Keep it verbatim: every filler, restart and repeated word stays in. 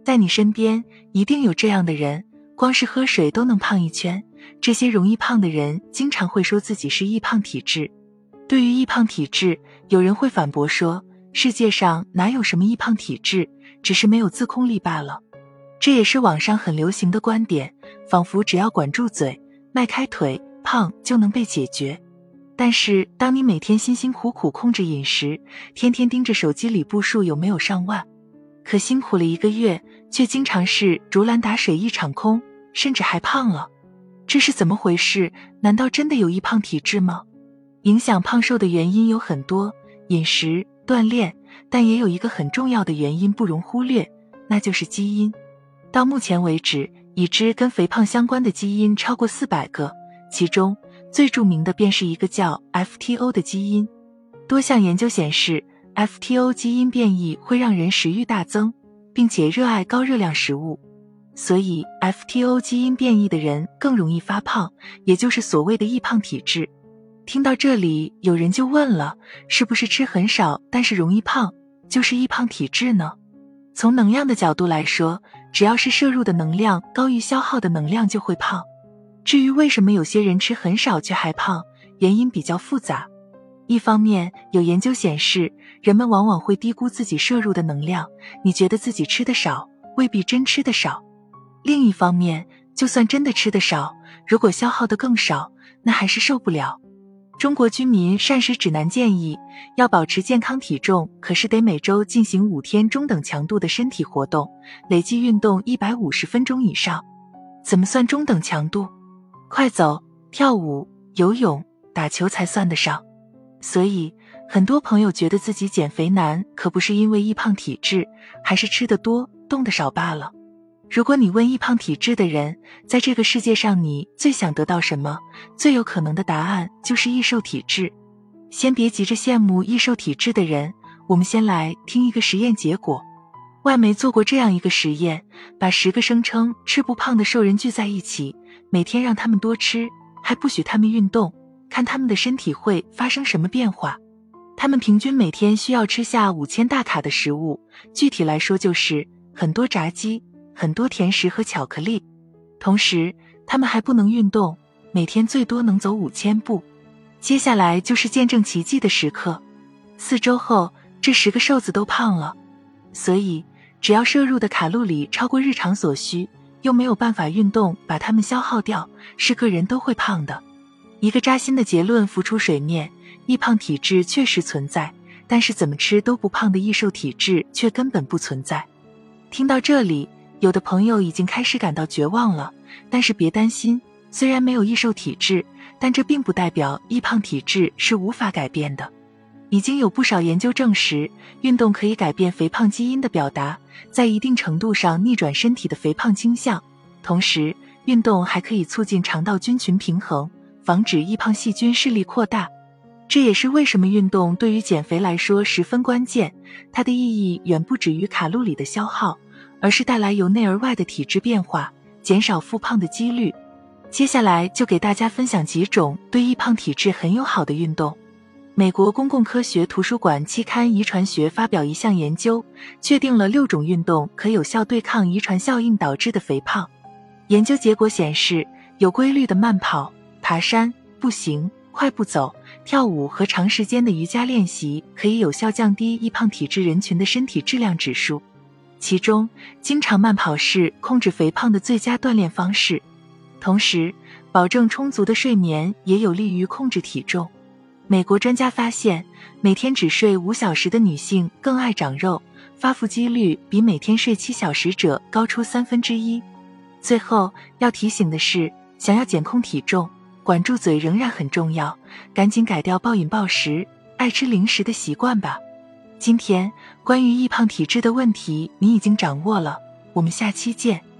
在你身边一定有这样的人，光是喝水都能胖一圈。这些容易胖的人经常会说自己是易胖体质。对于易胖体质，有人会反驳说，世界上哪有什么易胖体质，只是没有自控力罢了。这也是网上很流行的观点，仿佛只要管住嘴，迈开腿，胖就能被解决。但是当你每天辛辛苦苦控制饮食，天天盯着手机里步数有没有上万，可辛苦了一个月，却经常是竹篮打水一场空，甚至还胖了。这是怎么回事？难道真的有易胖体质吗？影响胖瘦的原因有很多，饮食、锻炼，但也有一个很重要的原因不容忽略，那就是基因。到目前为止，已知跟肥胖相关的基因超过四百个，其中最著名的便是一个叫 F T O 的基因。多项研究显示， F T O 基因变异会让人食欲大增，并且热爱高热量食物。所以 F T O 基因变异的人更容易发胖，也就是所谓的易胖体质。听到这里，有人就问了，是不是吃很少但是容易胖，就是易胖体质呢？从能量的角度来说，只要是摄入的能量高于消耗的能量就会胖。至于为什么有些人吃很少却还胖，原因比较复杂。一方面，有研究显示，人们往往会低估自己摄入的能量，你觉得自己吃得少，未必真吃得少。另一方面，就算真的吃得少，如果消耗得更少，那还是受不了。中国居民膳食指南建议，要保持健康体重，可是得每周进行五天中等强度的身体活动，累计运动一百五十分钟以上。怎么算中等强度？快走、跳舞、游泳、打球才算得上。所以，很多朋友觉得自己减肥难，可不是因为易胖体质，还是吃得多、动得少罢了。如果你问易胖体质的人，在这个世界上你最想得到什么，最有可能的答案就是易瘦体质。先别急着羡慕易瘦体质的人，我们先来听一个实验结果。外媒做过这样一个实验，把十个声称吃不胖的瘦人聚在一起，每天让他们多吃，还不许他们运动，看他们的身体会发生什么变化。他们平均每天需要吃下五千大卡的食物，具体来说就是很多炸鸡、很多甜食和巧克力。同时，他们还不能运动，每天最多能走五千步。接下来就是见证奇迹的时刻。四周后，这十个瘦子都胖了。所以，只要摄入的卡路里超过日常所需，又没有办法运动把它们消耗掉，是个人都会胖的。一个扎心的结论浮出水面，易胖体质确实存在，但是怎么吃都不胖的易瘦体质却根本不存在。听到这里，有的朋友已经开始感到绝望了，但是别担心，虽然没有易瘦体质，但这并不代表易胖体质是无法改变的。已经有不少研究证实，运动可以改变肥胖基因的表达，在一定程度上逆转身体的肥胖倾向。同时，运动还可以促进肠道菌群平衡，防止易胖细菌势力扩大。这也是为什么运动对于减肥来说十分关键，它的意义远不止于卡路里的消耗，而是带来由内而外的体质变化，减少复胖的几率。接下来就给大家分享几种对易胖体质很友好的运动。美国公共科学图书馆期刊《遗传学》发表一项研究，确定了六种运动可有效对抗遗传效应导致的肥胖。研究结果显示，有规律的慢跑、爬山、步行、快步走、跳舞和长时间的瑜伽练习可以有效降低易胖体质人群的身体质量指数。其中，经常慢跑是控制肥胖的最佳锻炼方式。同时，保证充足的睡眠也有利于控制体重。美国专家发现，每天只睡五小时的女性更爱长肉，发福几率比每天睡七小时者高出三分之一。最后要提醒的是，想要减控体重，管住嘴仍然很重要，赶紧改掉暴饮暴食、爱吃零食的习惯吧。今天关于易胖体质的问题你已经掌握了，我们下期见。